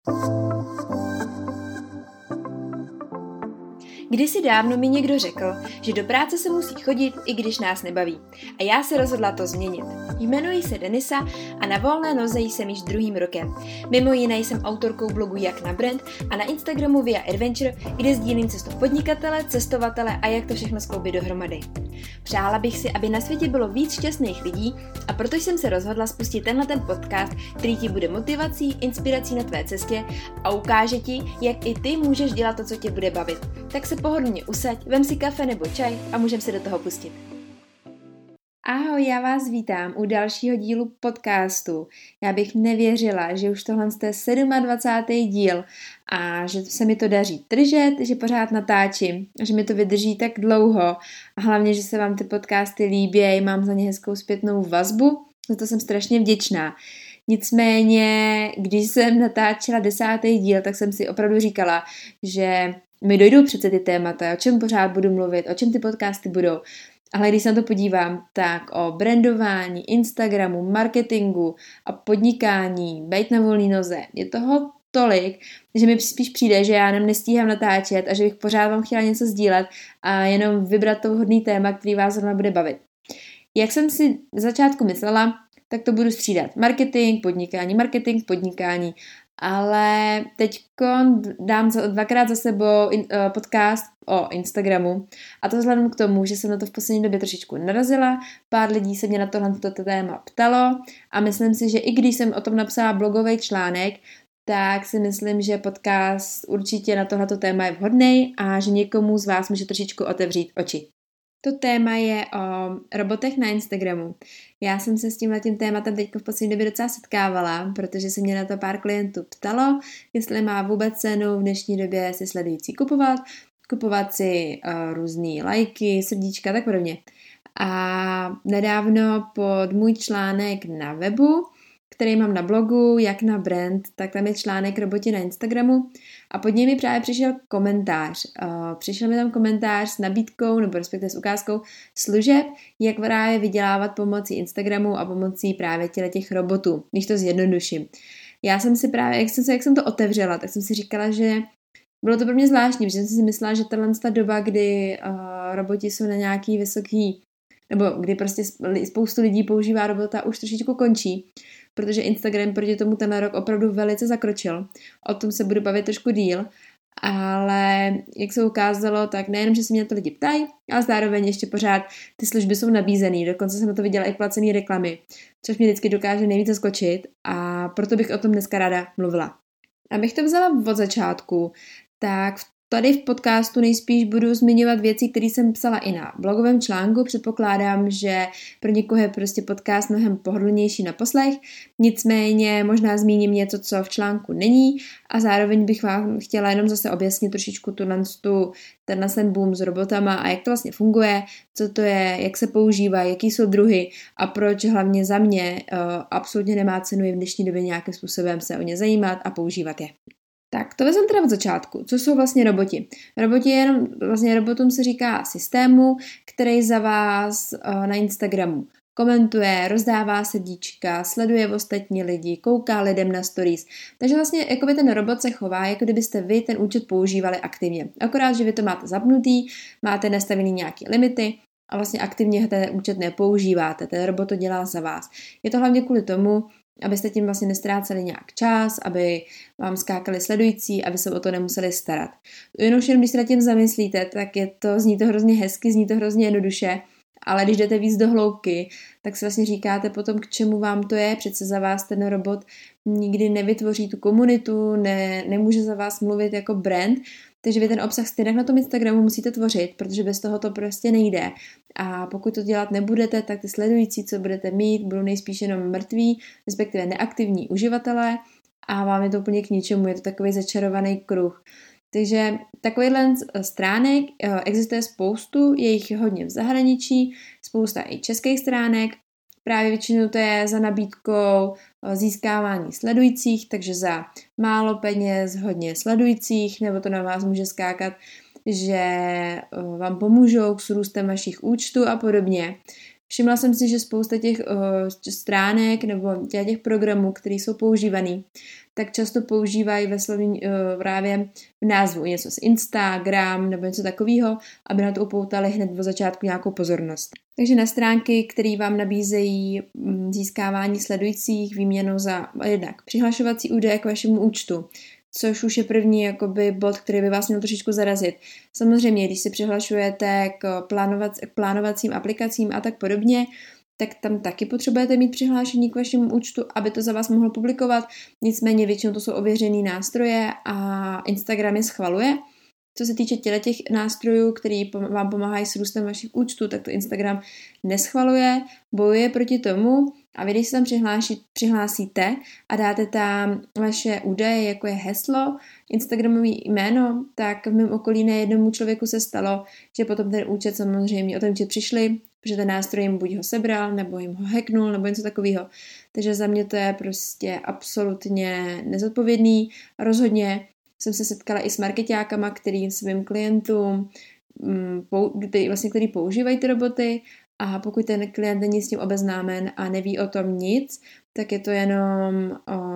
Kdysi dávno mi někdo řekl, že do práce se musí chodit, i když nás nebaví. A já se rozhodla to změnit. Jmenuji se Denisa a na volné noze jsem již 2. rokem. Mimo jiné jsem autorkou blogu Jak na brand a na Instagramu Via Adventure, kde sdílím cestu podnikatele, cestovatele a jak to všechno skloubit dohromady. Přála bych si, aby na světě bylo víc šťastných lidí, a proto jsem se rozhodla spustit ten podcast, který ti bude motivací, inspirací na tvé cestě a ukáže ti, jak i ty můžeš dělat to, co tě bude bavit. Tak se pohodlně usaď, vem si kafe nebo čaj a můžeme se do toho pustit. Ahoj, já vás vítám u dalšího dílu podcastu. Já bych nevěřila, že už tohle je 27. díl a že se mi to daří držet, že pořád natáčím, že mi to vydrží tak dlouho a hlavně, že se vám ty podcasty líbí, mám za ně hezkou zpětnou vazbu, za to jsem strašně vděčná. Nicméně, když jsem natáčela 10. díl, tak jsem si opravdu říkala, že mi dojdou přece ty témata, o čem pořád budu mluvit, o čem ty podcasty budou. Ale když se na to podívám, tak o brandování, Instagramu, marketingu a podnikání, bejt na volný noze, je toho tolik, že mi spíš přijde, že já nestíhám natáčet a že bych pořád vám chtěla něco sdílet a jenom vybrat to vhodný téma, který vás zrovna bude bavit. Jak jsem si v začátku myslela, tak to budu střídat. Marketing, podnikání, ale teď dám 2krát za sebou podcast o Instagramu a to vzhledem k tomu, že jsem na to v poslední době trošičku narazila, pár lidí se mě na toto téma ptalo a myslím si, že i když jsem o tom napsala blogový článek, tak si myslím, že podcast určitě na tohleto téma je vhodný a že někomu z vás může trošičku otevřít oči. To téma je o robotech na Instagramu. Já jsem se s tímhletím tématem teď v poslední době docela setkávala, protože se mě na to pár klientů ptalo, jestli má vůbec cenu v dnešní době si sledující kupovat si různý lajky, srdíčka, tak podobně. A nedávno pod můj článek na webu, který mám na blogu, jak na brand, tak tam je článek Roboti na Instagramu a pod něj mi právě přišel komentář. Přišel mi tam komentář s nabídkou, nebo respektive s ukázkou služeb, jak právě vydělávat pomocí Instagramu a pomocí právě těch robotů, když to zjednoduším. Já jsem si právě, jak jsem to otevřela, tak jsem si říkala, že bylo to pro mě zvláštní, protože jsem si myslela, že ta doba, kdy roboti jsou na nějaký vysoký, nebo kdy prostě spoustu lidí používá robota, už trošičku končí, protože Instagram proti tomu ten rok opravdu velice zakročil. O tom se budu bavit trošku díl, ale jak se ukázalo, tak nejenom, že se mě na to lidi ptají, ale zároveň ještě pořád ty služby jsou nabízený, dokonce jsem na to viděla i placený reklamy, což mě vždycky dokáže nejvíc zaskočit a proto bych o tom dneska ráda mluvila. Abych to vzala od začátku, tak tady v podcastu nejspíš budu zmiňovat věci, které jsem psala i na blogovém článku. Předpokládám, že pro někoho je prostě podcast mnohem pohodlnější na poslech. Nicméně možná zmíním něco, co v článku není a zároveň bych vám chtěla jenom zase objasnit trošičku ten boom s robotama a jak to vlastně funguje, co to je, jak se používá, jaký jsou druhy a proč hlavně za mě absolutně nemá cenu i v dnešní době nějakým způsobem se o ně zajímat a používat je. Tak to vezmeme teda od začátku. Co jsou vlastně roboti? Robotům se říká systému, který za vás na Instagramu komentuje, rozdává srdíčka, sleduje ostatní lidi, kouká lidem na stories. Takže vlastně jakoby ten robot se chová, jako kdybyste vy ten účet používali aktivně. Akorát, že vy to máte zapnutý, máte nastavený nějaký limity a vlastně aktivně ten účet nepoužíváte. Ten robot to dělá za vás. Je to hlavně kvůli tomu, abyste tím vlastně nestráceli nějak čas, aby vám skákali sledující, aby se o to nemuseli starat. Jenom když se nad tím zamyslíte, tak zní to hrozně hezky, zní to hrozně jednoduše, ale když jdete víc do hloubky, tak si vlastně říkáte potom, k čemu vám to je, přece za vás ten robot nikdy nevytvoří tu komunitu, nemůže za vás mluvit jako brand, takže vy ten obsah stejně na tom Instagramu musíte tvořit, protože bez toho to prostě nejde. A pokud to dělat nebudete, tak ty sledující, co budete mít, budou nejspíš jenom mrtví, respektive neaktivní uživatelé a vám je to úplně k ničemu, je to takový začarovaný kruh. Takže takovýhle stránek existuje spoustu, je jich hodně v zahraničí, spousta i českých stránek, právě většinou to je za nabídkou získávání sledujících, takže za málo peněz, hodně sledujících, nebo to na vás může skákat, že vám pomůžou s růstem vašich účtů a podobně. Všimla jsem si, že spousta těch stránek nebo těch programů, které jsou používaný, tak často používají ve slovní právě v názvu něco z Instagram nebo něco takového, aby na to upoutali hned od začátku nějakou pozornost. Takže na stránky, které vám nabízejí získávání sledujících výměnou za jednak přihlašovací údaje k vašemu účtu, což už je první jakoby bod, který by vás měl trošičku zarazit. Samozřejmě, když se přihlašujete k plánovacím aplikacím a tak podobně, tak tam taky potřebujete mít přihlášení k vašemu účtu, aby to za vás mohlo publikovat. Nicméně většinou to jsou ověřený nástroje a Instagram je schvaluje. Co se týče těch nástrojů, který vám pomáhají s růstem vašich účtů, tak to Instagram neschvaluje, bojuje proti tomu a vy, když se tam přihlásíte a dáte tam vaše údaje, jako je heslo, Instagramový jméno, tak v mém okolí nejednomu člověku se stalo, že potom ten účet samozřejmě o ten účet přišli, protože ten nástroj jim buď ho sebral, nebo jim ho hacknul, nebo něco takového. Takže za mě to je prostě absolutně nezodpovědný. Rozhodně jsem se setkala i s markeťákama, který svým klientům, který používají ty roboty, a pokud ten klient není s tím obeznámen a neví o tom nic, tak je to jenom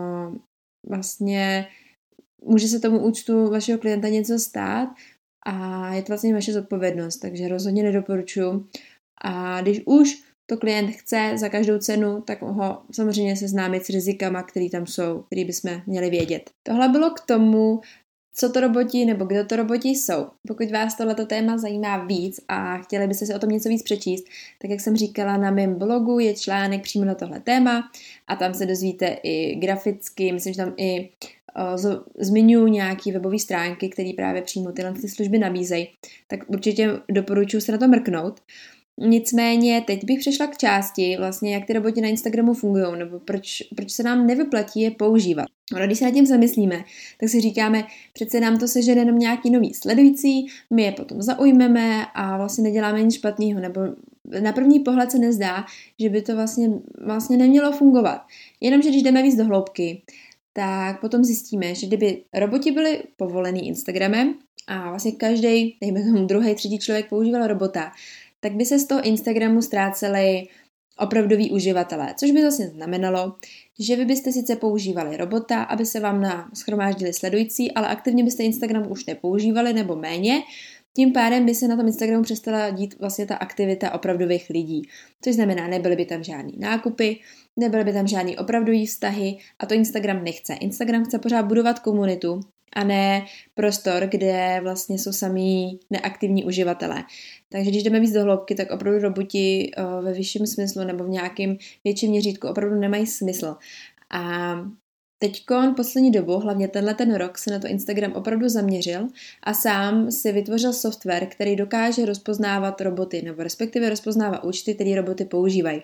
vlastně může se tomu účtu vašeho klienta něco stát a je to vlastně vaše zodpovědnost, takže rozhodně nedoporučuji. A když už to klient chce za každou cenu, tak ho samozřejmě seznámit s rizikama, které tam jsou, které bychom měli vědět. Tohle bylo k tomu, co to roboti nebo kdo to roboti jsou. Pokud vás tohleto téma zajímá víc a chtěli byste si o tom něco víc přečíst, tak jak jsem říkala, na mém blogu je článek přímo na tohle téma a tam se dozvíte i graficky, myslím, že tam i zmiňuji nějaké webové stránky, které právě přímo tyhle služby nabízejí, tak určitě doporučuji se na to mrknout. Nicméně teď bych přešla k části, vlastně jak ty roboti na Instagramu fungují, nebo proč se nám nevyplatí je používat. No, když se nad tím zamyslíme, tak si říkáme, přece nám to sežene jenom nějaký nový sledující, my je potom zaujmeme a vlastně neděláme nic špatného, nebo na první pohled se nezdá, že by to vlastně nemělo fungovat. Jenomže když jdeme víc do hloubky, tak potom zjistíme, že kdyby roboti byli povolený Instagramem a vlastně každý, dejme tomu druhý, třetí člověk používal robota, tak by se z toho Instagramu ztráceli opravdoví uživatelé, což by vlastně znamenalo, že vy byste sice používali robota, aby se vám shromáždili sledující, ale aktivně byste Instagram už nepoužívali nebo méně, tím pádem by se na tom Instagramu přestala dít vlastně ta aktivita opravdových lidí. Což znamená, nebyly by tam žádný nákupy, nebyly by tam žádný opravdový vztahy a to Instagram nechce. Instagram chce pořád budovat komunitu a ne prostor, kde vlastně jsou samý neaktivní uživatelé. Takže když jdeme víc do hloubky, tak opravdu roboti ve vyšším smyslu nebo v nějakém větším měřítku opravdu nemají smysl. A teďkon poslední dobu, hlavně ten rok, se na to Instagram opravdu zaměřil a sám si vytvořil software, který dokáže rozpoznávat roboty, nebo respektive rozpoznává účty, které roboty používají.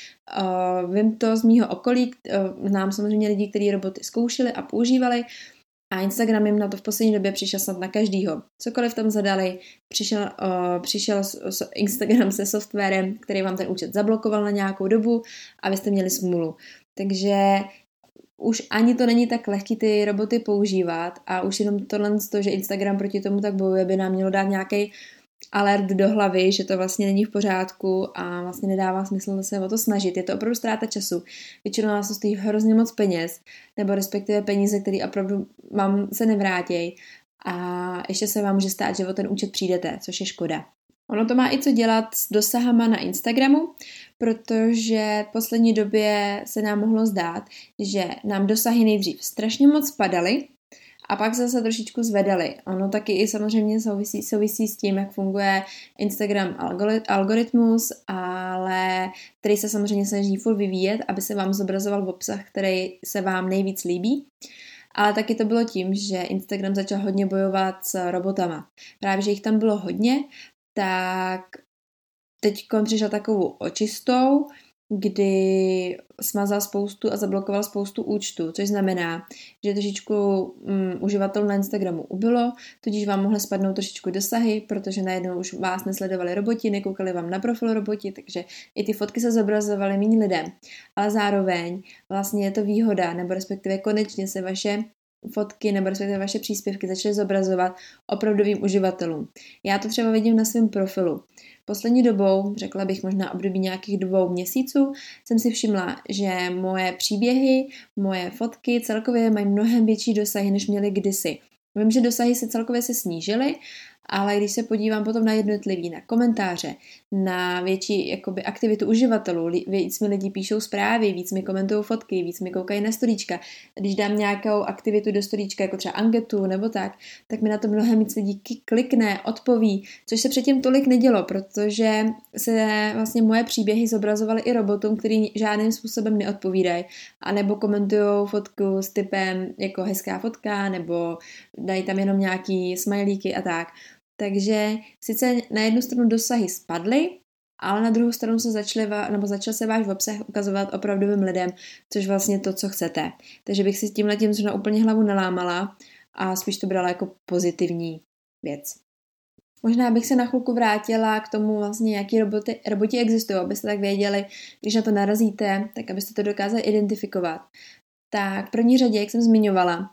Vím to z mýho okolí, znám samozřejmě lidi, kteří roboty zkoušeli a používali, a Instagram jim na to v poslední době přišel snad na každýho. Cokoliv tam zadali, přišel Instagram se softwarem, který vám ten účet zablokoval na nějakou dobu a vy jste měli smůlu. Takže už ani to není tak lehký ty roboty používat a už jenom tohle, že Instagram proti tomu tak bojuje, by nám mělo dát nějaký alert do hlavy, že to vlastně není v pořádku a vlastně nedává smysl se o to snažit. Je to opravdu ztráta času. Většinou nás to stojí hrozně moc peněz, nebo respektive peníze, které opravdu vám se nevrátějí a ještě se vám může stát, že o ten účet přijdete, což je škoda. Ono to má i co dělat s dosahama na Instagramu, protože v poslední době se nám mohlo zdát, že nám dosahy nejdřív strašně moc padaly a pak zase trošičku zvedaly. Ono taky i samozřejmě souvisí s tím, jak funguje Instagram algoritmus, ale který se samozřejmě snaží furt vyvíjet, aby se vám zobrazoval obsah, který se vám nejvíc líbí. Ale taky to bylo tím, že Instagram začal hodně bojovat s robotama. Právě, že jich tam bylo hodně, tak teď přišel takovou očistou, kdy smazal spoustu a zablokoval spoustu účtů, což znamená, že trošičku uživatelů na Instagramu ubylo, tudíž vám mohly spadnout trošičku dosahy, protože najednou už vás nesledovali roboti, nekoukali vám na profil roboti, takže i ty fotky se zobrazovaly méně lidem. Ale zároveň vlastně je to výhoda, nebo respektive konečně se vaše fotky nebo respektive vaše příspěvky začaly zobrazovat opravdovým uživatelům. Já to třeba vidím na svém profilu. Poslední dobou, řekla bych možná období nějakých 2 měsíců, jsem si všimla, že moje příběhy, moje fotky celkově mají mnohem větší dosahy, než měly kdysi. Vím, že dosahy se celkově snížily, ale když se podívám potom na jednotlivý, na komentáře, na větší jakoby aktivitu uživatelů, víc mi lidi píšou zprávy, víc mi komentují fotky, víc mi koukají na storíčka. Když dám nějakou aktivitu do storíčka, jako třeba anketu nebo tak mi na to mnohem víc lidí klikne, odpoví, což se předtím tolik nedělo, protože se vlastně moje příběhy zobrazovaly i robotům, který žádným způsobem neodpovídají, anebo komentují fotku s typem jako hezká fotka, nebo dají tam jenom nějaký smajlíky a tak. Takže sice na jednu stranu dosahy spadly, ale na druhou stranu začal se váš obsah ukazovat opravdovým lidem, což vlastně to, co chcete. Takže bych si tímhletím zrovna úplně hlavu nelámala a spíš to brala jako pozitivní věc. Možná bych se na chvilku vrátila k tomu vlastně, jaký roboti existují, abyste tak věděli, když na to narazíte, tak abyste to dokázali identifikovat. Tak v první řadě, jak jsem zmiňovala,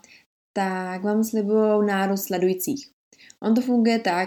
tak vám slibujou nárůst sledujících. On to funguje tak,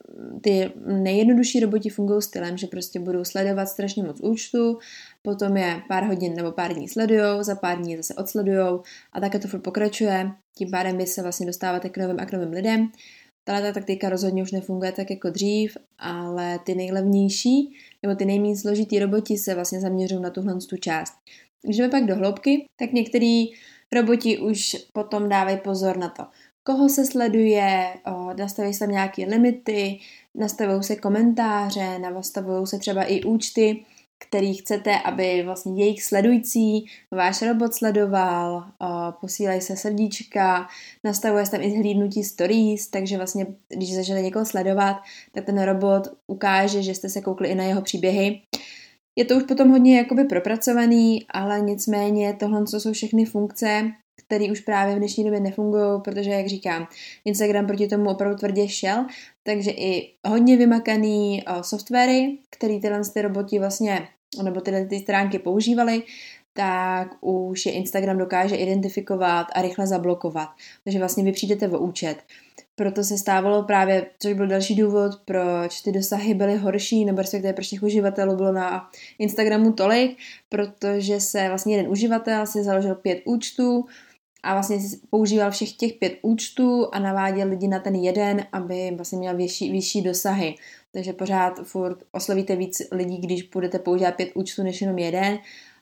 ty nejjednodušší roboti fungují stylem, že prostě budou sledovat strašně moc účtů, potom je pár hodin nebo pár dní sledujou, za pár dní zase odsledujou a také to furt pokračuje. Tím pádem vy se vlastně dostáváte k novým a k novým lidem. Tato taktika rozhodně už nefunguje tak jako dřív, ale ty nejlevnější nebo ty nejméně složitý roboti se vlastně zaměřují na tuhle tu část. Když jdeme pak do hloubky, tak některý roboti už potom dávají pozor na to, koho se sleduje, nastavují se tam nějaké limity, nastavují se komentáře, nastavují se třeba i účty, který chcete, aby vlastně jejich sledující váš robot sledoval, posílají se srdíčka, nastavuje se tam i zhlídnutí stories, takže vlastně, když začnete někoho sledovat, tak ten robot ukáže, že jste se koukli i na jeho příběhy. Je to už potom hodně jakoby propracovaný, ale nicméně tohle jsou všechny funkce, které už právě v dnešní době nefungují, protože, jak říkám, Instagram proti tomu opravdu tvrdě šel, takže i hodně vymakaný softwary, který tyhle roboti vlastně, nebo tyhle stránky používali, tak už je Instagram dokáže identifikovat a rychle zablokovat. Takže vlastně vy přijdete o účet. Proto se stávalo právě, což byl další důvod, proč ty dosahy byly horší, nebo respektive proč těch uživatelů bylo na Instagramu tolik, protože se vlastně jeden uživatel si založil 5 účtů a vlastně používal všech těch 5 účtů a naváděl lidi na ten jeden, aby vlastně měl vyšší dosahy. Takže pořád furt oslovíte víc lidí, když budete používat 5 účtů než jenom jeden,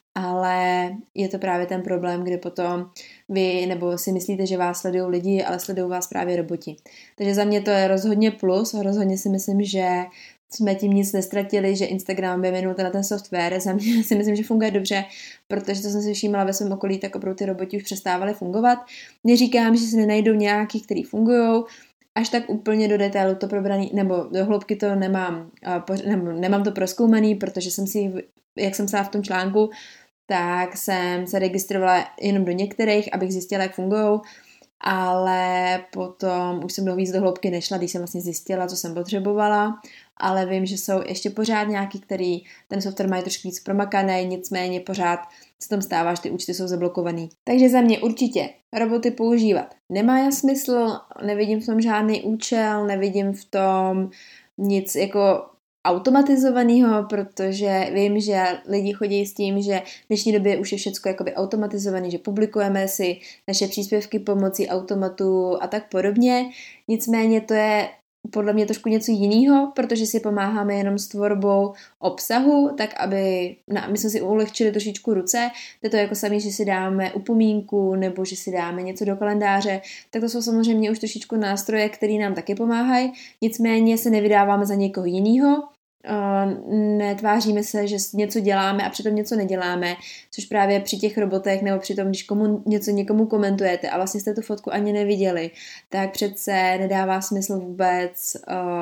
ale je to právě ten problém, kdy potom vy nebo si myslíte, že vás sledují lidi, ale sledují vás právě roboti. Takže za mě to je rozhodně plus, rozhodně si myslím, že jsme tím nic nestratili, že Instagram vyvinul na ten software. Za mě si myslím, že funguje dobře, protože to jsem si všímala ve svém okolí, tak opravdu ty roboti už přestávaly fungovat. Neříkám, že se nenajdou nějaký, který fungují, až tak úplně do detailu to probraný, nebo do hloubky to nemám to prozkoumaný, protože jsem si, jak jsem psala v tom článku, tak jsem se registrovala jenom do některých, abych zjistila, jak fungují, ale potom už jsem do víc do hloubky nešla, když jsem vlastně zjistila, co jsem potřebovala, ale vím, že jsou ještě pořád nějaký, který ten software mají trošku víc promakaný, nicméně pořád se tam stává, že ty účty jsou zablokovaný. Takže za mě určitě roboty používat nemá smysl, nevidím v tom žádný účel, nevidím v tom nic jako automatizovaného, protože vím, že lidi chodí s tím, že v dnešní době už je všecko jakoby automatizované, že publikujeme si naše příspěvky pomocí automatu a tak podobně. Nicméně to je podle mě trošku něco jiného, protože si pomáháme jenom s tvorbou obsahu, tak aby my jsme si ulehčili trošičku ruce, to je to jako sami, že si dáme upomínku nebo že si dáme něco do kalendáře, tak to jsou samozřejmě už trošičku nástroje, které nám taky pomáhají, nicméně se nevydáváme za někoho jiného, netváříme se, že něco děláme a přitom něco neděláme, což právě při těch robotech nebo při tom, když něco někomu komentujete a vlastně jste tu fotku ani neviděli, tak přece nedává smysl vůbec,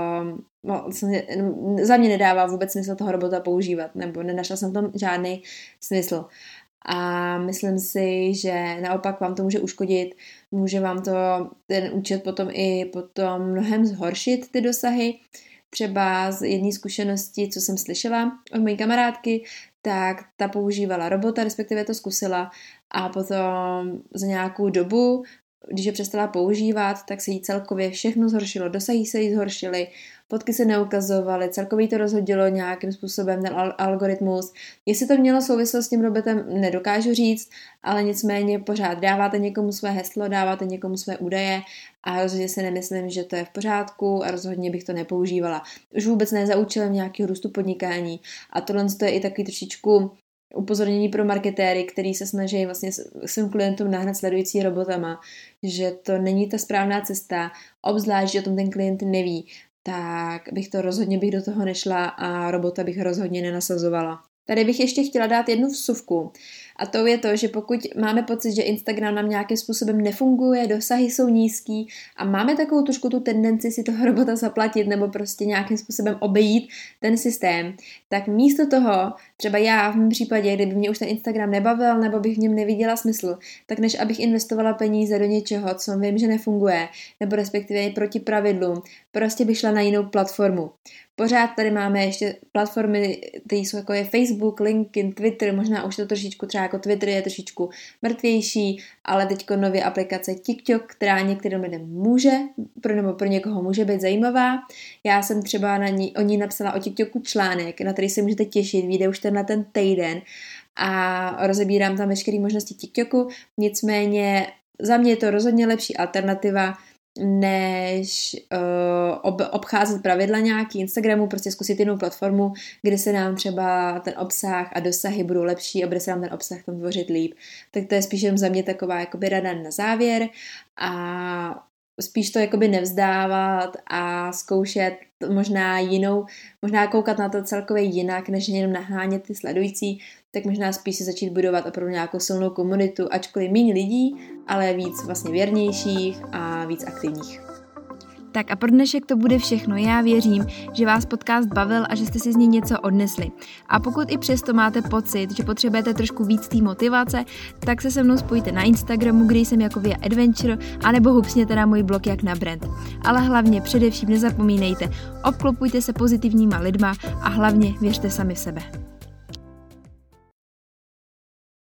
za mě nedává vůbec smysl toho robota používat, nebo nenašla jsem v tom žádný smysl. A myslím si, že naopak vám to může uškodit, může vám to ten účet potom mnohem zhoršit ty dosahy. Třeba z jedné zkušenosti, co jsem slyšela od mojí kamarádky, tak ta používala robota, respektive to zkusila a potom za nějakou dobu když je přestala používat, tak se jí celkově všechno zhoršilo, dosahy se jí zhoršily, fotky se neukazovaly, celkově to rozhodilo nějakým způsobem ten algoritmus. Jestli to mělo souvislost s tím robotem, nedokážu říct, ale nicméně pořád dáváte někomu své heslo, dáváte někomu své údaje a rozhodně si nemyslím, že to je v pořádku a rozhodně bych to nepoužívala. Už vůbec ne za účelem nějakého růstu podnikání a tohle je i takový trošičku upozornění pro marketéry, který se snaží vlastně svým klientům nahnat sledující robotama, že to není ta správná cesta, obzvlášť, že o tom ten klient neví, tak rozhodně bych do toho nešla a robota bych rozhodně nenasazovala. Tady bych ještě chtěla dát jednu vsuvku a to je to, že pokud máme pocit, že Instagram nám nějakým způsobem nefunguje, dosahy jsou nízký a máme takovou trošku tu tendenci si toho robota zaplatit nebo prostě nějakým způsobem obejít ten systém, tak místo toho, třeba já v mém případě, kdyby mě už ten Instagram nebavil nebo bych v něm neviděla smysl, tak než abych investovala peníze do něčeho, co vím, že nefunguje, nebo respektive je proti pravidlům, prostě bych šla na jinou platformu. Pořád tady máme ještě platformy, které jsou jako je Facebook, LinkedIn, Twitter, možná už to trošičku třeba jako Twitter je trošičku mrtvější, ale teďko nově aplikace TikTok, která některým lidem může, pro někoho může být zajímavá. Já jsem třeba o ní napsala o TikToku článek, na který se můžete těšit, vyjde už na ten týden a rozebírám tam veškeré možnosti TikToku, nicméně za mě je to rozhodně lepší alternativa, než obcházet pravidla nějaký Instagramu, prostě zkusit jinou platformu, kde se nám třeba ten obsah a dosahy budou lepší a bude se nám ten obsah tam tvořit líp. Tak to je spíš jen za mě taková jakoby rada na závěr a spíš to jakoby nevzdávat a zkoušet možná koukat na to celkově jinak, než jenom nahánět ty sledující, tak možná spíš si začít budovat opravdu nějakou silnou komunitu, ačkoliv méně lidí, ale víc vlastně věrnějších a víc aktivních. Tak a pro dnešek to bude všechno. Já věřím, že vás podcast bavil a že jste si z něj něco odnesli. A pokud i přesto máte pocit, že potřebujete trošku víc té motivace, tak se se mnou spojte na Instagramu, kde jsem jako Via Adventure, anebo hupsněte na můj blog Jak na brand. Ale hlavně především nezapomínejte, obklopujte se pozitivníma lidma a hlavně věřte sami v sebe.